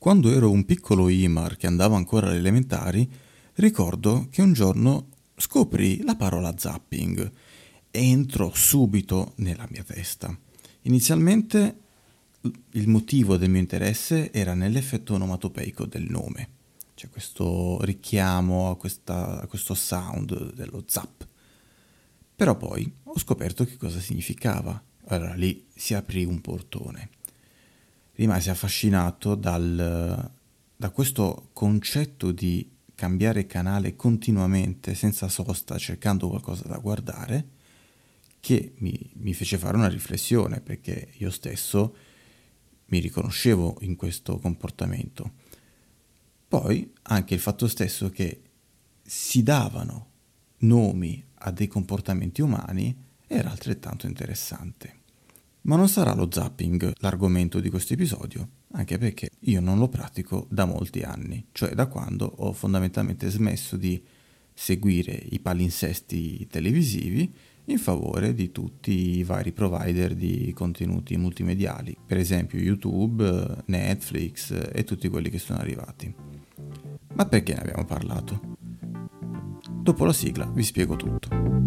Quando ero un piccolo Imar che andava ancora alle elementari, ricordo che un giorno scoprì la parola zapping e entrò subito nella mia testa. Inizialmente il motivo del mio interesse era nell'effetto onomatopeico del nome, c'è questo richiamo a questo sound dello zap. Però poi ho scoperto che cosa significava. Allora lì si aprì un portone. Rimasi affascinato da questo concetto di cambiare canale continuamente, senza sosta, cercando qualcosa da guardare, che mi fece fare una riflessione, perché io stesso mi riconoscevo in questo comportamento. Poi anche il fatto stesso che si davano nomi a dei comportamenti umani era altrettanto interessante. Ma non sarà lo zapping l'argomento di questo episodio, anche perché io non lo pratico da molti anni, cioè da quando ho fondamentalmente smesso di seguire i palinsesti televisivi in favore di tutti i vari provider di contenuti multimediali, per esempio YouTube, Netflix e tutti quelli che sono arrivati. Ma perché ne abbiamo parlato? Dopo la sigla vi spiego tutto.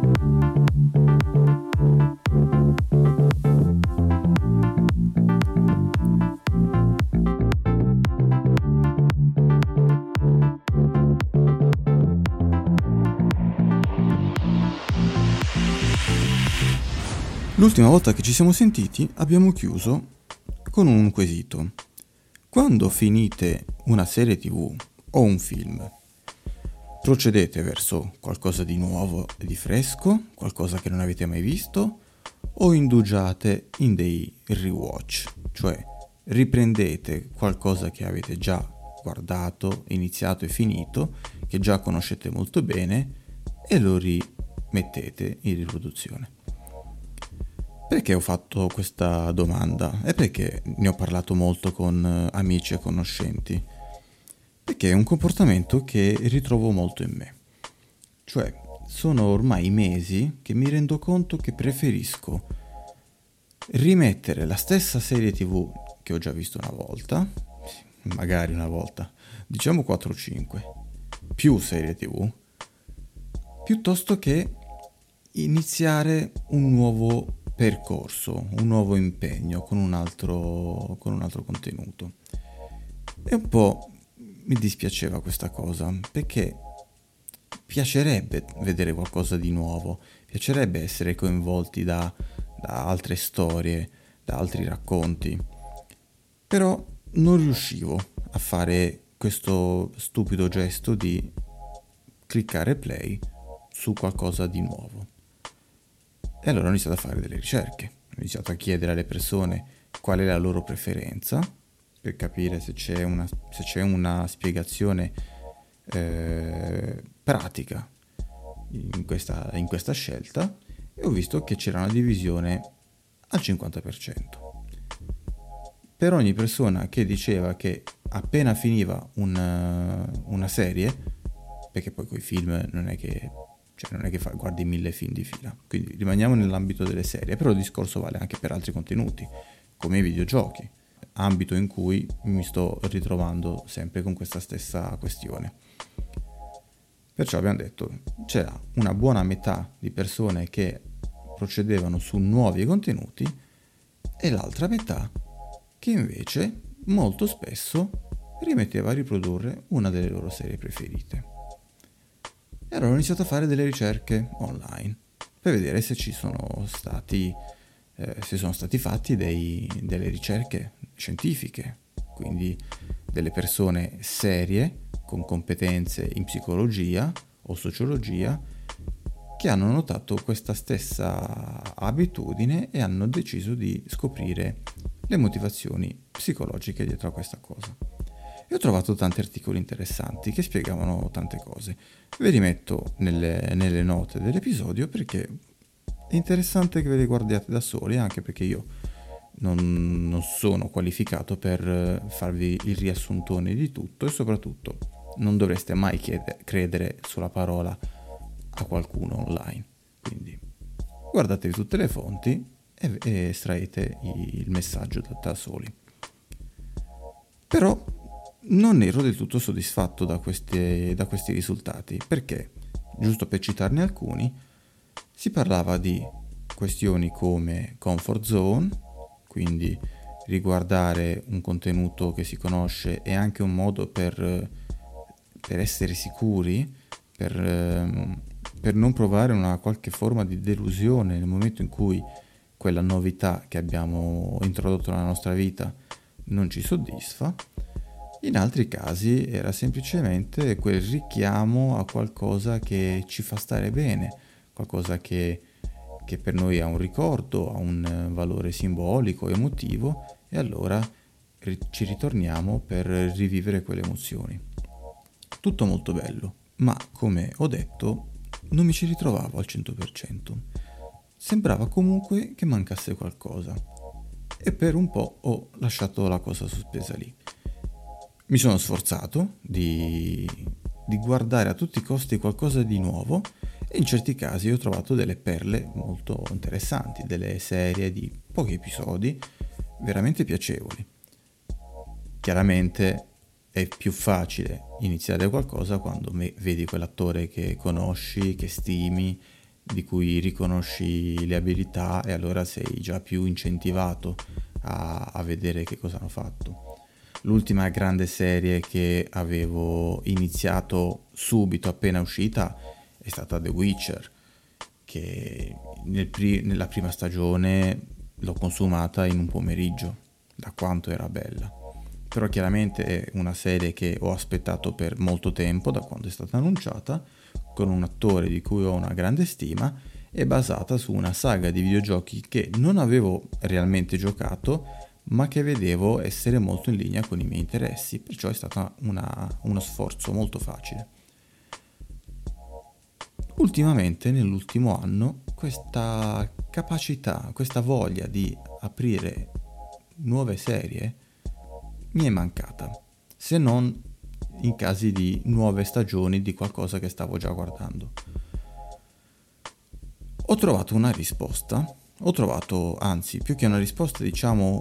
L'ultima volta che ci siamo sentiti abbiamo chiuso con un quesito. Quando finite una serie TV o un film, procedete verso qualcosa di nuovo e di fresco, qualcosa che non avete mai visto, o indugiate in dei rewatch, cioè riprendete qualcosa che avete già guardato, iniziato e finito, che già conoscete molto bene, e lo rimettete in riproduzione. Perché ho fatto questa domanda? E perché ne ho parlato molto con amici e conoscenti? Perché è un comportamento che ritrovo molto in me. Cioè, sono ormai mesi che mi rendo conto che preferisco rimettere la stessa serie TV che ho già visto una volta, magari una volta, diciamo 4 o 5, più serie TV, piuttosto che iniziare un nuovo percorso, un nuovo impegno con un altro contenuto. E un po' mi dispiaceva questa cosa, perché piacerebbe vedere qualcosa di nuovo, piacerebbe essere coinvolti da altre storie, da altri racconti, però non riuscivo a fare questo stupido gesto di cliccare play su qualcosa di nuovo. E allora ho iniziato a fare delle ricerche, ho iniziato a chiedere alle persone qual è la loro preferenza, per capire se c'è una spiegazione pratica in questa scelta, e ho visto che c'era una divisione al 50%. Per ogni persona che diceva che appena finiva una serie, perché poi coi film non è che guardi 1000 film di fila, quindi rimaniamo nell'ambito delle serie, però il discorso vale anche per altri contenuti, come i videogiochi, ambito in cui mi sto ritrovando sempre con questa stessa questione. Perciò abbiamo detto, c'era una buona metà di persone che procedevano su nuovi contenuti e l'altra metà che invece molto spesso rimetteva a riprodurre una delle loro serie preferite. E allora ho iniziato a fare delle ricerche online per vedere se ci sono stati fatti delle ricerche scientifiche, quindi delle persone serie con competenze in psicologia o sociologia che hanno notato questa stessa abitudine e hanno deciso di scoprire le motivazioni psicologiche dietro a questa cosa. E ho trovato tanti articoli interessanti che spiegavano tante cose. Ve li metto nelle note dell'episodio perché è interessante che ve le guardiate da soli, anche perché io non sono qualificato per farvi il riassuntone di tutto, e soprattutto non dovreste mai credere sulla parola a qualcuno online. Quindi guardatevi tutte le fonti e estraete il messaggio da soli. Però non ero del tutto soddisfatto da questi risultati, perché, giusto per citarne alcuni, si parlava di questioni come comfort zone, quindi riguardare un contenuto che si conosce è anche un modo per essere sicuri, per non provare una qualche forma di delusione nel momento in cui quella novità che abbiamo introdotto nella nostra vita non ci soddisfa. In altri casi era semplicemente quel richiamo a qualcosa che ci fa stare bene, qualcosa che per noi ha un ricordo, ha un valore simbolico, emotivo, e allora ci ritorniamo per rivivere quelle emozioni. Tutto molto bello, ma come ho detto non mi ci ritrovavo al 100%. Sembrava comunque che mancasse qualcosa e per un po' ho lasciato la cosa sospesa lì. Mi sono sforzato di guardare a tutti i costi qualcosa di nuovo e in certi casi ho trovato delle perle molto interessanti, delle serie di pochi episodi veramente piacevoli. Chiaramente è più facile iniziare qualcosa quando vedi quell'attore che conosci, che stimi, di cui riconosci le abilità, e allora sei già più incentivato a vedere che cosa hanno fatto. L'ultima grande serie che avevo iniziato subito appena uscita è stata The Witcher, che nella prima stagione l'ho consumata in un pomeriggio, da quanto era bella. Però chiaramente è una serie che ho aspettato per molto tempo, da quando è stata annunciata, con un attore di cui ho una grande stima, e basata su una saga di videogiochi che non avevo realmente giocato, ma che vedevo essere molto in linea con i miei interessi, perciò è stato uno sforzo molto facile. Ultimamente, nell'ultimo anno, questa capacità, questa voglia di aprire nuove serie mi è mancata, se non in casi di nuove stagioni di qualcosa che stavo già guardando. Ho trovato una risposta, anzi, più che una risposta, diciamo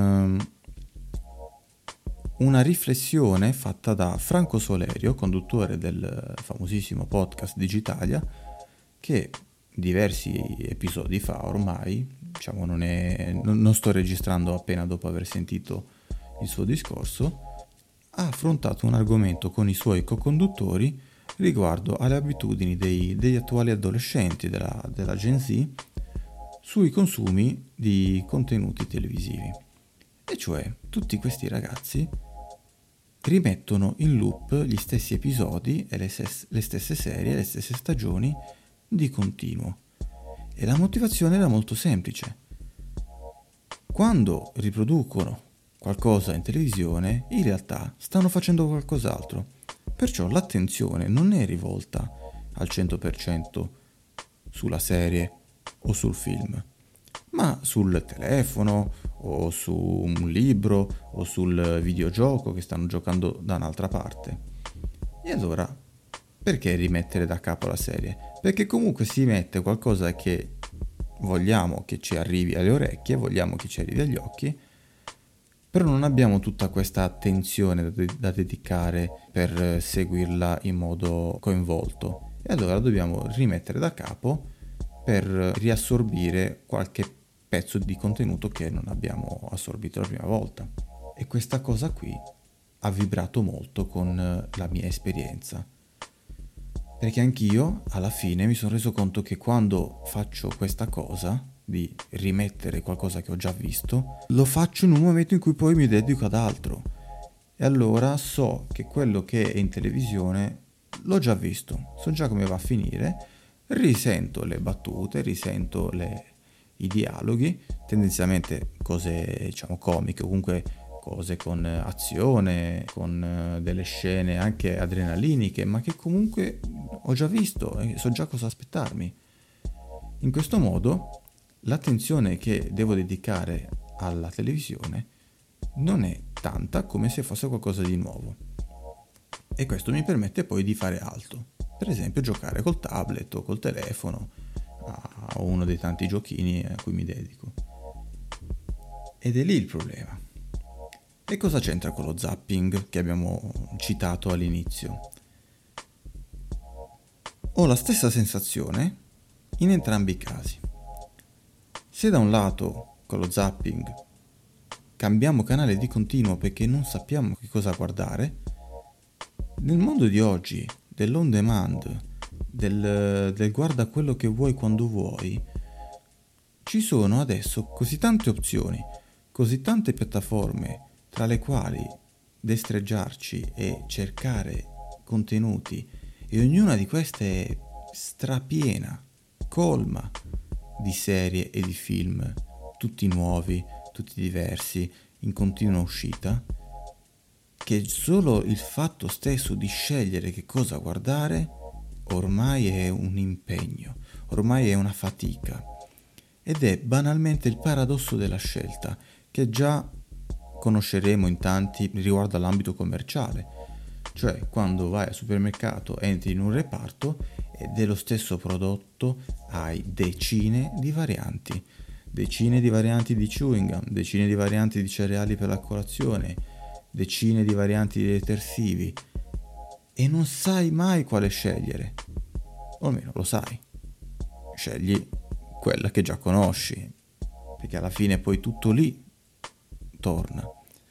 una riflessione fatta da Franco Solerio, conduttore del famosissimo podcast Digitalia, che diversi episodi fa ormai, diciamo non sto registrando appena dopo aver sentito il suo discorso, ha affrontato un argomento con i suoi co-conduttori riguardo alle abitudini degli attuali adolescenti della Gen Z sui consumi di contenuti televisivi. E cioè, tutti questi ragazzi rimettono in loop gli stessi episodi e le stesse serie, le stesse stagioni di continuo. E la motivazione era molto semplice. Quando riproducono qualcosa in televisione, in realtà stanno facendo qualcos'altro. Perciò l'attenzione non è rivolta al 100% sulla serie o sul film, ma sul telefono o su un libro o sul videogioco che stanno giocando da un'altra parte. E allora, perché rimettere da capo la serie? Perché comunque si mette qualcosa che vogliamo che ci arrivi alle orecchie, vogliamo che ci arrivi agli occhi, però non abbiamo tutta questa attenzione da dedicare per seguirla in modo coinvolto. E allora dobbiamo rimettere da capo per riassorbire qualche pezzo di contenuto che non abbiamo assorbito la prima volta. E questa cosa qui ha vibrato molto con la mia esperienza, perché anch'io alla fine mi sono reso conto che quando faccio questa cosa di rimettere qualcosa che ho già visto, lo faccio in un momento in cui poi mi dedico ad altro, e allora so che quello che è in televisione l'ho già visto, so già come va a finire, risento le battute, risento i dialoghi, tendenzialmente cose diciamo comiche, comunque cose con azione, con delle scene anche adrenaliniche, ma che comunque ho già visto e so già cosa aspettarmi. In questo modo l'attenzione che devo dedicare alla televisione non è tanta come se fosse qualcosa di nuovo, e questo mi permette poi di fare altro, per esempio giocare col tablet o col telefono a uno dei tanti giochini a cui mi dedico. Ed è lì il problema. E cosa c'entra con lo zapping che abbiamo citato all'inizio? Ho la stessa sensazione in entrambi i casi. Se da un lato con lo zapping cambiamo canale di continuo perché non sappiamo che cosa guardare, nel mondo di oggi, dell'on demand, del guarda quello che vuoi quando vuoi, ci sono adesso così tante opzioni, così tante piattaforme tra le quali destreggiarci e cercare contenuti, e ognuna di queste è strapiena, colma di serie e di film, tutti nuovi, tutti diversi, in continua uscita, che solo il fatto stesso di scegliere che cosa guardare ormai è un impegno, ormai è una fatica. Ed è banalmente il paradosso della scelta, che già conosceremo in tanti riguardo all'ambito commerciale. Cioè, quando vai al supermercato, entri in un reparto e dello stesso prodotto hai decine di varianti di chewing gum, decine di varianti di cereali per la colazione, decine di varianti di detersivi, e non sai mai quale scegliere. O almeno lo sai. Scegli quella che già conosci, perché alla fine poi tutto lì torna.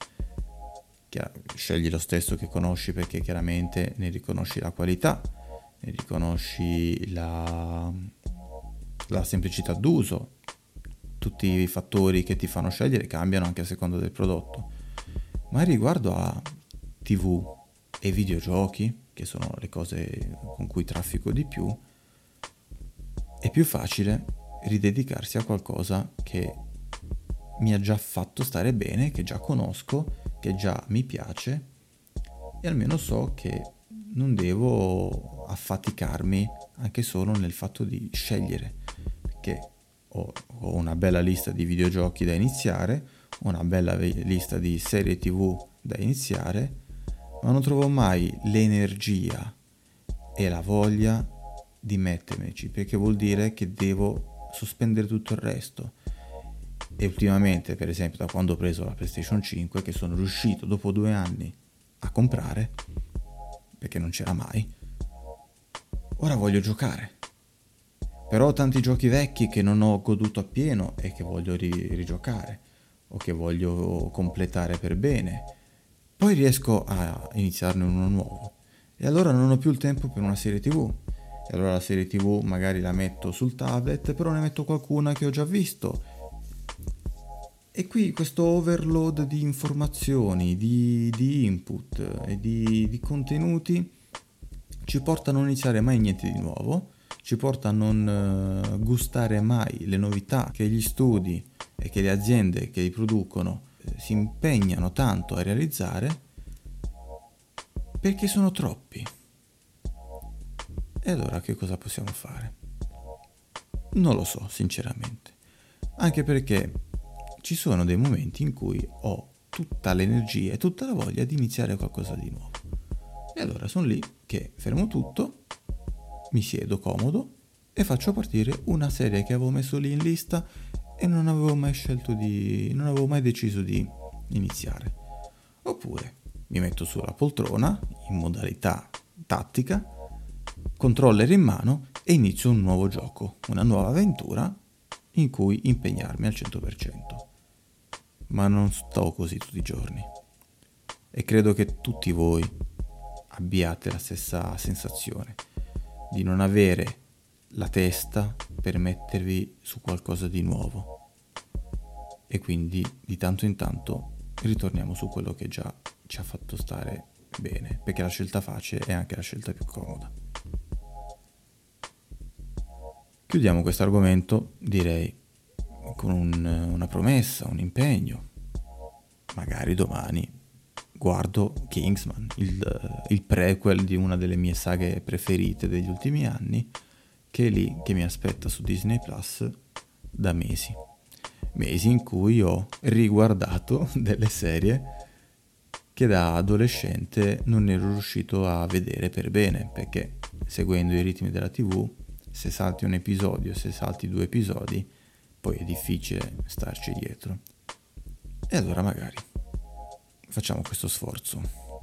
Scegli lo stesso che conosci perché chiaramente ne riconosci la qualità, ne riconosci la semplicità d'uso. Tutti i fattori che ti fanno scegliere cambiano anche a seconda del prodotto. Ma riguardo a TV e videogiochi, che sono le cose con cui traffico di più, è più facile ridedicarsi a qualcosa che mi ha già fatto stare bene, che già conosco, che già mi piace, e almeno so che non devo affaticarmi anche solo nel fatto di scegliere, perché ho una bella lista di videogiochi da iniziare, una bella lista di serie TV da iniziare, ma non trovo mai l'energia e la voglia di mettermici, perché vuol dire che devo sospendere tutto il resto. E ultimamente, per esempio, da quando ho preso la PlayStation 5, che sono riuscito dopo 2 anni a comprare, perché non c'era mai, ora voglio giocare. Però ho tanti giochi vecchi che non ho goduto appieno e che voglio rigiocare, o che voglio completare per bene. Poi riesco a iniziarne uno nuovo, e allora non ho più il tempo per una serie TV. E allora la serie TV magari la metto sul tablet, però ne metto qualcuna che ho già visto. E qui questo overload di informazioni, di input e di contenuti ci porta a non iniziare mai niente di nuovo, ci porta a non gustare mai le novità che gli studi e che le aziende che li producono si impegnano tanto a realizzare, perché sono troppi. E allora che cosa possiamo fare? Non lo so, sinceramente. Anche perché ci sono dei momenti in cui ho tutta l'energia e tutta la voglia di iniziare qualcosa di nuovo. E allora sono lì che fermo tutto, mi siedo comodo e faccio partire una serie che avevo messo lì in lista e non avevo mai deciso di iniziare. Oppure mi metto sulla poltrona in modalità tattica, controller in mano, e inizio un nuovo gioco, una nuova avventura in cui impegnarmi al 100%. Ma non sto così tutti i giorni, e credo che tutti voi abbiate la stessa sensazione di non avere la testa per mettervi su qualcosa di nuovo, e quindi di tanto in tanto ritorniamo su quello che già ci ha fatto stare bene, perché la scelta facile è anche la scelta più comoda. Chiudiamo questo argomento, direi, con una promessa, un impegno. Magari domani guardo Kingsman, il prequel di una delle mie saghe preferite degli ultimi anni, che è lì che mi aspetta su Disney Plus da mesi in cui ho riguardato delle serie che da adolescente non ero riuscito a vedere per bene, perché seguendo i ritmi della TV, se salti un episodio, se salti 2 episodi, poi è difficile starci dietro. E allora magari facciamo questo sforzo.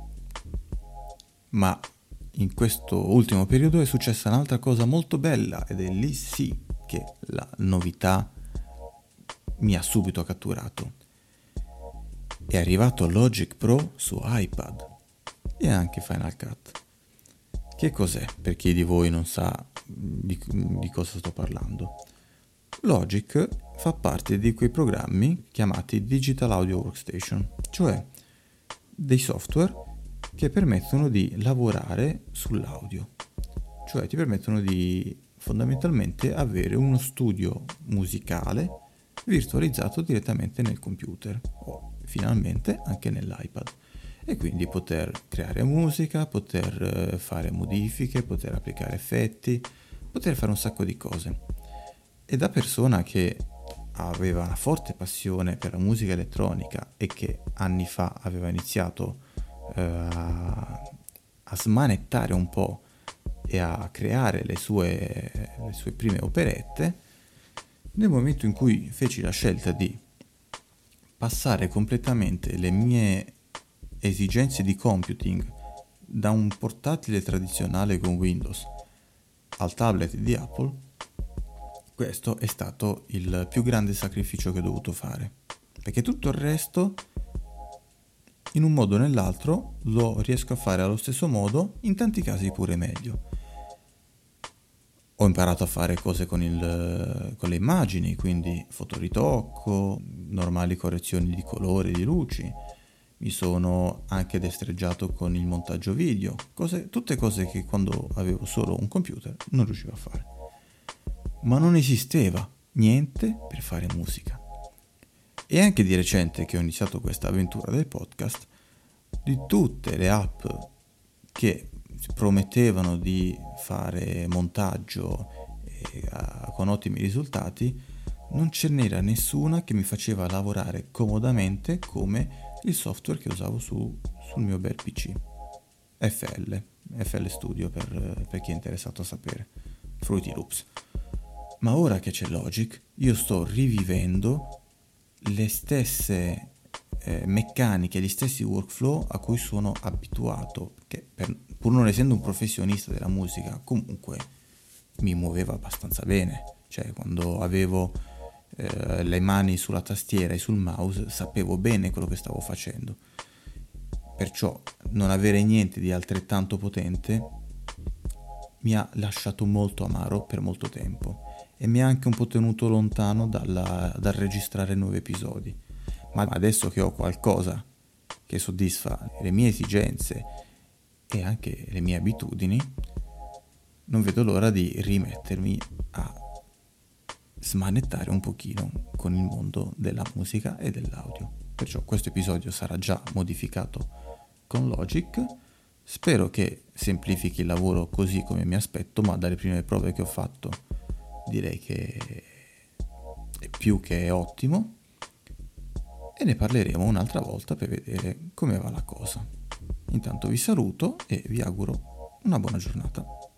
Ma in questo ultimo periodo è successa un'altra cosa molto bella, ed è lì sì che la novità mi ha subito catturato. È arrivato Logic Pro su iPad e anche Final Cut. Che cos'è, per chi di voi non sa di cosa sto parlando? Logic fa parte di quei programmi chiamati Digital Audio Workstation, cioè dei software che permettono di lavorare sull'audio, cioè ti permettono di fondamentalmente avere uno studio musicale virtualizzato direttamente nel computer o finalmente anche nell'iPad, e quindi poter creare musica, poter fare modifiche, poter applicare effetti, poter fare un sacco di cose. E da persona che aveva una forte passione per la musica elettronica e che anni fa aveva iniziato a smanettare un po' e a creare le sue prime operette, nel momento in cui feci la scelta di passare completamente le mie esigenze di computing da un portatile tradizionale con Windows al tablet di Apple, questo è stato il più grande sacrificio che ho dovuto fare, perché tutto il resto, in un modo o nell'altro, lo riesco a fare allo stesso modo, in tanti casi pure meglio. Ho imparato a fare cose con le immagini, quindi fotoritocco, normali correzioni di colori, di luci. Mi sono anche destreggiato con il montaggio video, tutte cose che quando avevo solo un computer non riuscivo a fare. Ma non esisteva niente per fare musica. E anche di recente che ho iniziato questa avventura del podcast, di tutte le app che promettevano di fare montaggio con ottimi risultati, non ce n'era nessuna che mi faceva lavorare comodamente come il software che usavo sul mio bel PC. FL Studio per chi è interessato a sapere, Fruity Loops. Ma ora che c'è Logic, io sto rivivendo le stesse meccaniche, gli stessi workflow a cui sono abituato, che pur non essendo un professionista della musica, comunque mi muoveva abbastanza bene. Cioè, quando avevo le mani sulla tastiera e sul mouse, sapevo bene quello che stavo facendo. Perciò non avere niente di altrettanto potente mi ha lasciato molto amaro per molto tempo e mi ha anche un po' tenuto lontano dal registrare nuovi episodi. Ma adesso che ho qualcosa che soddisfa le mie esigenze e anche le mie abitudini, non vedo l'ora di rimettermi a smanettare un pochino con il mondo della musica e dell'audio. Perciò questo episodio sarà già modificato con Logic. Spero che semplifichi il lavoro così come mi aspetto, ma dalle prime prove che ho fatto direi che è più che ottimo, e ne parleremo un'altra volta per vedere come va la cosa. Intanto vi saluto e vi auguro una buona giornata.